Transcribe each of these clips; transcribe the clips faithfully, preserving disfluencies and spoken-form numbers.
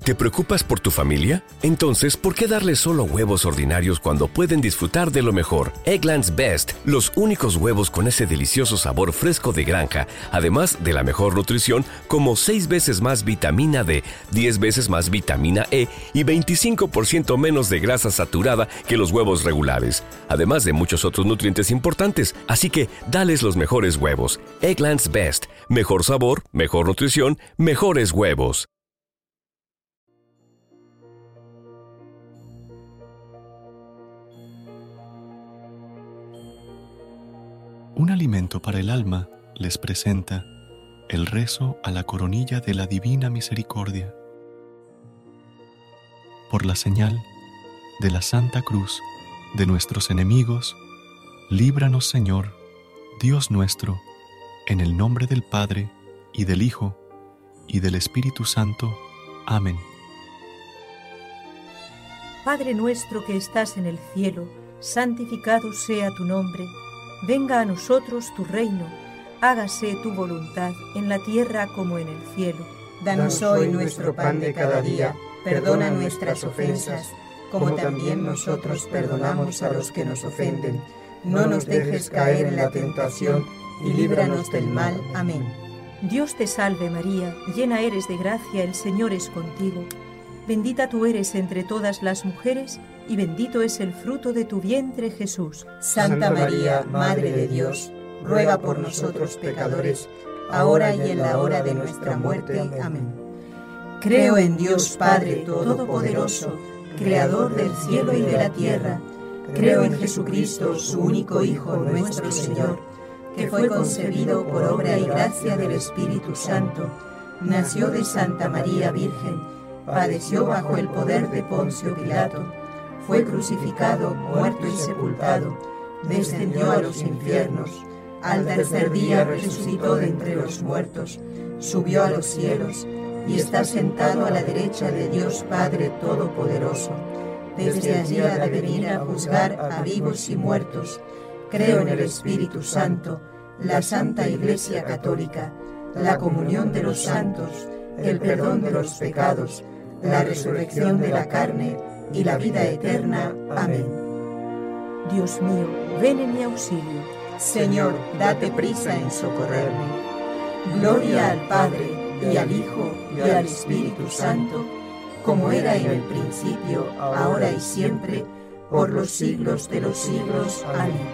¿Te preocupas por tu familia? Entonces, ¿por qué darles solo huevos ordinarios cuando pueden disfrutar de lo mejor? Eggland's Best, los únicos huevos con ese delicioso sabor fresco de granja, además de la mejor nutrición, como seis veces más vitamina D, diez veces más vitamina E y veinticinco por ciento menos de grasa saturada que los huevos regulares, además de muchos otros nutrientes importantes. Así que, dales los mejores huevos. Eggland's Best, mejor sabor, mejor nutrición, mejores huevos. Un alimento para el alma les presenta el rezo a la coronilla de la Divina Misericordia. Por la señal de la Santa Cruz de nuestros enemigos, líbranos, Señor, Dios nuestro, en el nombre del Padre, y del Hijo, y del Espíritu Santo. Amén. Padre nuestro que estás en el cielo, santificado sea tu nombre. Venga a nosotros tu reino, hágase tu voluntad en la tierra como en el cielo. Danos hoy nuestro pan de cada día, perdona nuestras ofensas, como también nosotros perdonamos a los que nos ofenden. No nos dejes caer en la tentación y líbranos del mal. Amén. Dios te salve María, llena eres de gracia, el Señor es contigo. Bendita tú eres entre todas las mujeres, y bendito es el fruto de tu vientre, Jesús. Santa María, Madre de Dios, ruega por nosotros pecadores, ahora y en la hora de nuestra muerte. Amén. Creo en Dios Padre Todopoderoso, Creador del cielo y de la tierra. Creo en Jesucristo, su único Hijo, nuestro Señor, que fue concebido por obra y gracia del Espíritu Santo, nació de Santa María Virgen, padeció bajo el poder de Poncio Pilato, fue crucificado, muerto y sepultado, descendió a los infiernos, al tercer día resucitó de entre los muertos, subió a los cielos y está sentado a la derecha de Dios Padre Todopoderoso. Desde allí ha de venir a juzgar a vivos y muertos. Creo en el Espíritu Santo, la Santa Iglesia Católica, la comunión de los santos, el perdón de los pecados, la resurrección de la carne y la vida eterna. Amén. Dios mío, ven en mi auxilio. Señor, date prisa en socorrerme. Gloria al Padre, y al Hijo, y al Espíritu Santo, como era en el principio, ahora y siempre, por los siglos de los siglos. Amén.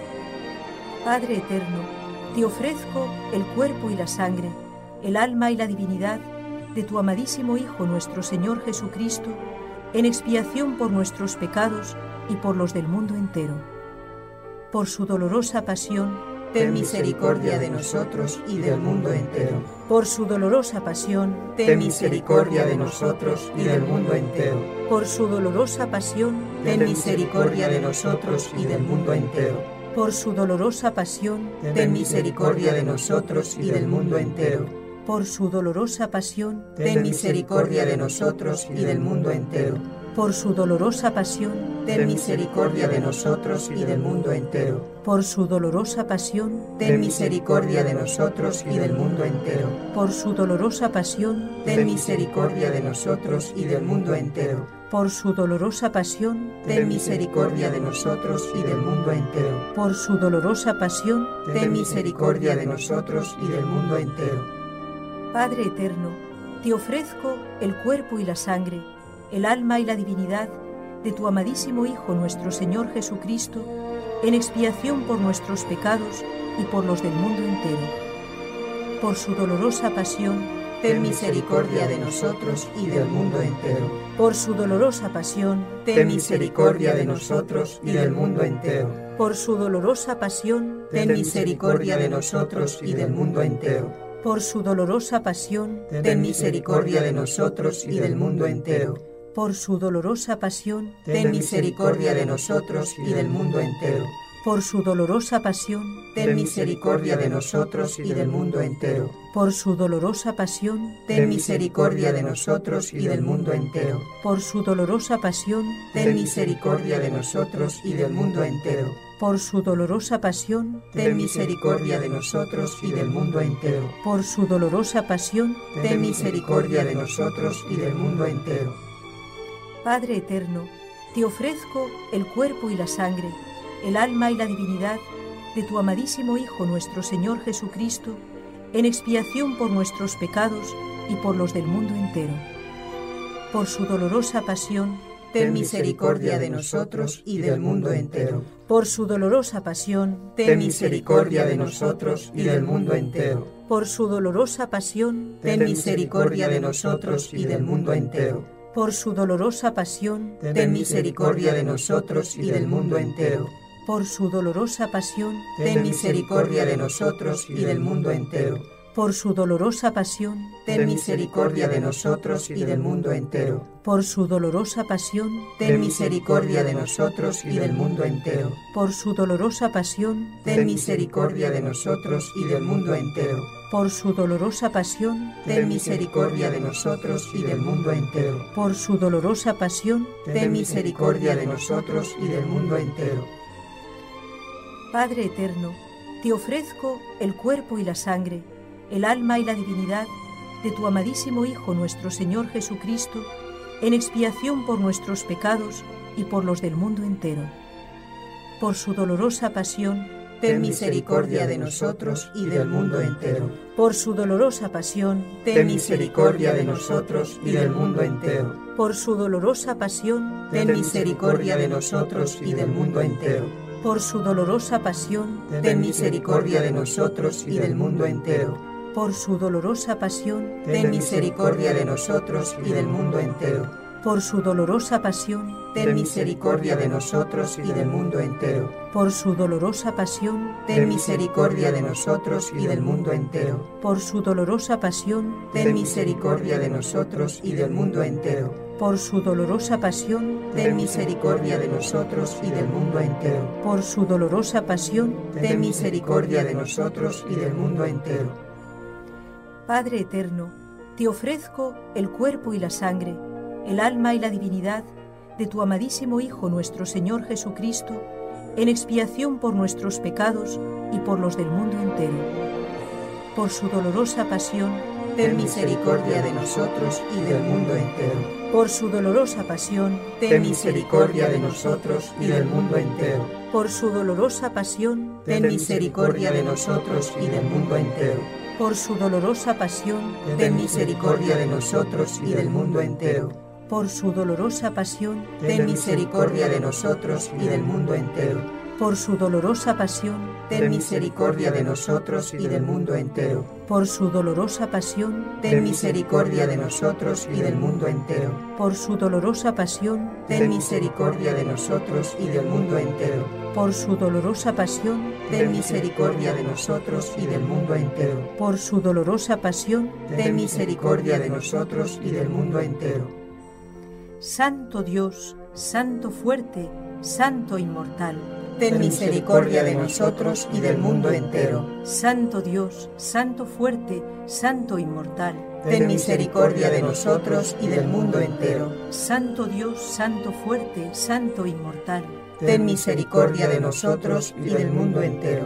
Padre eterno, te ofrezco el cuerpo y la sangre, el alma y la divinidad de tu amadísimo Hijo nuestro Señor Jesucristo, en expiación por nuestros pecados y por los del mundo entero. Por su dolorosa pasión, ten misericordia de nosotros y del mundo entero. Por su dolorosa pasión, ten misericordia de nosotros y del mundo entero. Por su dolorosa pasión, ten misericordia de nosotros y del mundo entero. Por su dolorosa pasión, ten misericordia de nosotros y del mundo entero. Por su dolorosa pasión, ten misericordia de nosotros y del mundo entero. Por su dolorosa pasión, ten misericordia de nosotros y del mundo entero. Por su dolorosa pasión, ten misericordia de nosotros y del mundo entero. Por su dolorosa pasión, ten misericordia de nosotros y del mundo entero. Por su dolorosa pasión, ten misericordia de nosotros y del mundo entero. Por su dolorosa pasión, ten misericordia de nosotros y del mundo entero. Padre eterno, te ofrezco el cuerpo y la sangre, el alma y la divinidad de tu amadísimo Hijo nuestro Señor Jesucristo, en expiación por nuestros pecados y por los del mundo entero. Por su dolorosa pasión, ten misericordia de nosotros y del mundo entero. Por su dolorosa pasión, ten misericordia de nosotros y del mundo entero. Por su dolorosa pasión, ten misericordia de nosotros y del mundo entero. Por su dolorosa pasión, ten misericordia de nosotros y del mundo entero. Por su dolorosa pasión, ten misericordia de nosotros y del mundo entero. Por su dolorosa pasión, ten misericordia de nosotros y del mundo entero. Por su dolorosa pasión, ten misericordia de nosotros y del mundo entero. Por su dolorosa pasión, ten misericordia de nosotros y del mundo entero. Por su dolorosa pasión, ten misericordia de nosotros y del mundo entero. Por su dolorosa pasión, ten misericordia de nosotros y del mundo entero. Padre eterno, te ofrezco el cuerpo y la sangre, el alma y la divinidad de tu amadísimo Hijo nuestro Señor Jesucristo, en expiación por nuestros pecados y por los del mundo entero. Por su dolorosa pasión, ten misericordia de nosotros y del mundo entero. Por su dolorosa pasión, ten misericordia de nosotros y del mundo entero. Por su dolorosa pasión, ten misericordia de nosotros y del mundo entero. Por su dolorosa pasión, ten misericordia de nosotros y del mundo entero. Por su dolorosa pasión, ten misericordia de nosotros y del mundo entero. Por su dolorosa pasión, ten misericordia de nosotros y del mundo entero. Por su dolorosa pasión, ten misericordia de nosotros y del mundo entero. Por su dolorosa pasión, ten misericordia de nosotros y del mundo entero. Por su dolorosa pasión, ten misericordia de nosotros y del mundo entero. Por su dolorosa pasión, ten misericordia de nosotros y del mundo entero. Padre eterno, te ofrezco el cuerpo y la sangre, el alma y la divinidad de tu amadísimo Hijo nuestro Señor Jesucristo, en expiación por nuestros pecados y por los del mundo entero. Por su dolorosa pasión, ten misericordia de nosotros y del mundo entero. Por su dolorosa pasión, ten misericordia de nosotros y del mundo entero. Por su dolorosa pasión, ten misericordia de nosotros y del mundo entero. Por su dolorosa pasión, ten misericordia de nosotros y del mundo entero. Por su dolorosa pasión, ten misericordia de nosotros y del mundo entero. Por su dolorosa pasión, ten misericordia de nosotros y del mundo entero. Por su dolorosa pasión, ten misericordia de nosotros y del mundo entero. Por su dolorosa pasión, ten misericordia de nosotros y del mundo entero. Por su dolorosa pasión, ten misericordia de nosotros y del mundo entero. Por su dolorosa pasión, ten misericordia de nosotros y del mundo entero. Padre eterno, te ofrezco el cuerpo y la sangre, el alma y la divinidad de tu amadísimo Hijo nuestro Señor Jesucristo, en expiación por nuestros pecados y por los del mundo entero. Por su dolorosa pasión, ten misericordia de nosotros y del mundo entero. Por su dolorosa pasión, ten misericordia de nosotros y del mundo entero. Por su dolorosa pasión, ten misericordia de nosotros y del mundo entero. Por su dolorosa pasión, ten misericordia de nosotros y del mundo entero. Por su dolorosa pasión, ten misericordia de nosotros y del mundo entero. Por su dolorosa pasión, ten misericordia de nosotros y del mundo entero. Por su dolorosa pasión, ten misericordia de nosotros y del mundo entero. Por su dolorosa pasión, ten misericordia de nosotros y del mundo entero. Por su dolorosa pasión, ten misericordia de nosotros y del mundo entero. Por su dolorosa pasión, ten misericordia de nosotros y del mundo entero. Santo Dios, Santo fuerte, Santo inmortal, ten misericordia de nosotros y del mundo entero. Santo Dios, Santo fuerte, Santo inmortal, ten misericordia de nosotros y del mundo entero. Santo Dios, Santo fuerte, Santo inmortal, ten misericordia de nosotros y del mundo entero.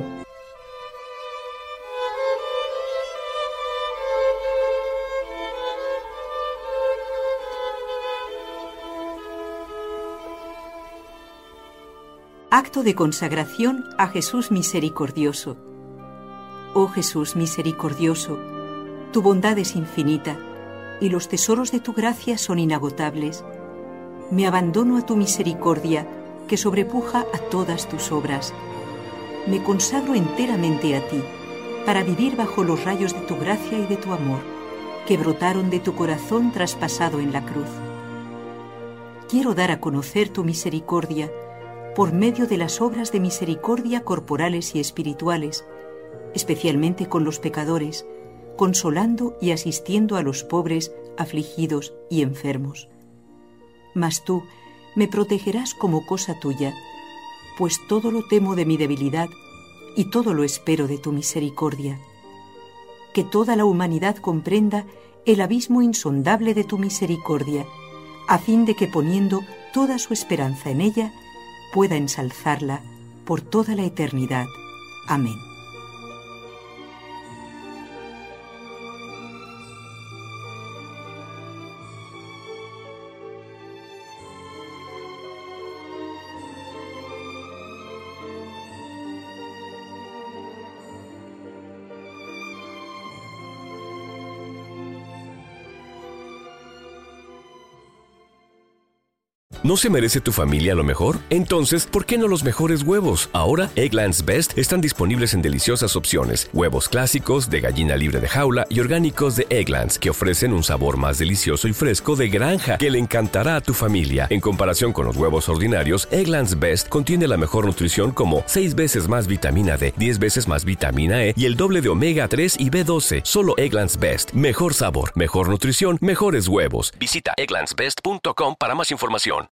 Acto de consagración a Jesús misericordioso. Oh Jesús misericordioso, tu bondad es infinita y los tesoros de tu gracia son inagotables. Me abandono a tu misericordia que sobrepuja a todas tus obras. Me consagro enteramente a ti para vivir bajo los rayos de tu gracia y de tu amor que brotaron de tu corazón traspasado en la cruz. Quiero dar a conocer tu misericordia por medio de las obras de misericordia corporales y espirituales, especialmente con los pecadores, consolando y asistiendo a los pobres, afligidos y enfermos. Mas tú me protegerás como cosa tuya, pues todo lo temo de mi debilidad y todo lo espero de tu misericordia. Que toda la humanidad comprenda el abismo insondable de tu misericordia, a fin de que poniendo toda su esperanza en ella, pueda ensalzarla por toda la eternidad. Amén. ¿No se merece tu familia lo mejor? Entonces, ¿por qué no los mejores huevos? Ahora, Eggland's Best están disponibles en deliciosas opciones. Huevos clásicos, de gallina libre de jaula y orgánicos de Eggland's, que ofrecen un sabor más delicioso y fresco de granja que le encantará a tu familia. En comparación con los huevos ordinarios, Eggland's Best contiene la mejor nutrición como seis veces más vitamina D, diez veces más vitamina E y el doble de omega tres y B doce. Solo Eggland's Best. Mejor sabor, mejor nutrición, mejores huevos. Visita egglands best punto com para más información.